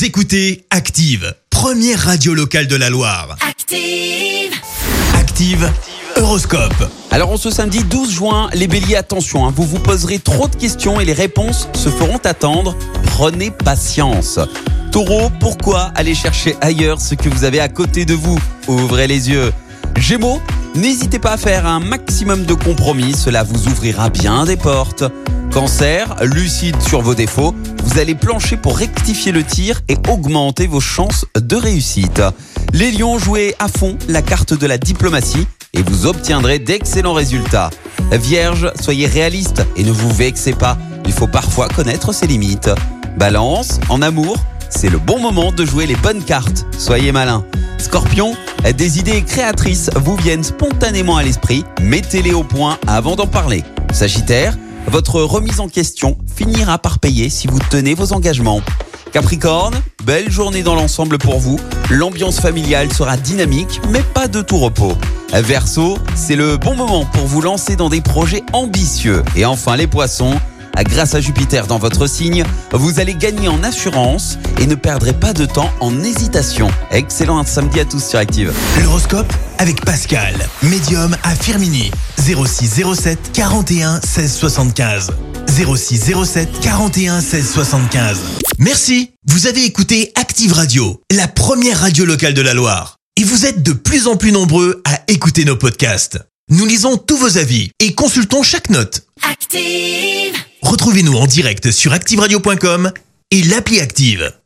Vous écoutez Active, première radio locale de la Loire. Active. Active Horoscope. Alors en ce samedi 12 juin, les béliers, attention, vous vous poserez trop de questions et les réponses se feront attendre. Prenez patience. Taureau, pourquoi aller chercher ailleurs ce que vous avez à côté de vous? Ouvrez les yeux. Gémeaux, n'hésitez pas à faire un maximum de compromis, cela vous ouvrira bien des portes. Cancer, lucide sur vos défauts, vous allez plancher pour rectifier le tir et augmenter vos chances de réussite. Les lions, jouez à fond la carte de la diplomatie et vous obtiendrez d'excellents résultats. Vierge, soyez réaliste et ne vous vexez pas, il faut parfois connaître ses limites. Balance, en amour, c'est le bon moment de jouer les bonnes cartes, soyez malin. Scorpion, des idées créatrices vous viennent spontanément à l'esprit, mettez-les au point avant d'en parler. Sagittaire, votre remise en question finira par payer si vous tenez vos engagements. Capricorne, belle journée dans l'ensemble pour vous. L'ambiance familiale sera dynamique, mais pas de tout repos. Verseau, c'est le bon moment pour vous lancer dans des projets ambitieux. Et enfin les poissons, grâce à Jupiter dans votre signe, vous allez gagner en assurance et ne perdrez pas de temps en hésitation. Excellent samedi à tous sur Active. L'horoscope avec Pascal, médium à Firmini. 06 07 41 16 75. 06 07 41 16 75. Merci, vous avez écouté Active Radio, la première radio locale de la Loire. Et vous êtes de plus en plus nombreux à écouter nos podcasts. Nous lisons tous vos avis et consultons chaque note. Active. Retrouvez-nous en direct sur activeradio.com et l'appli Active.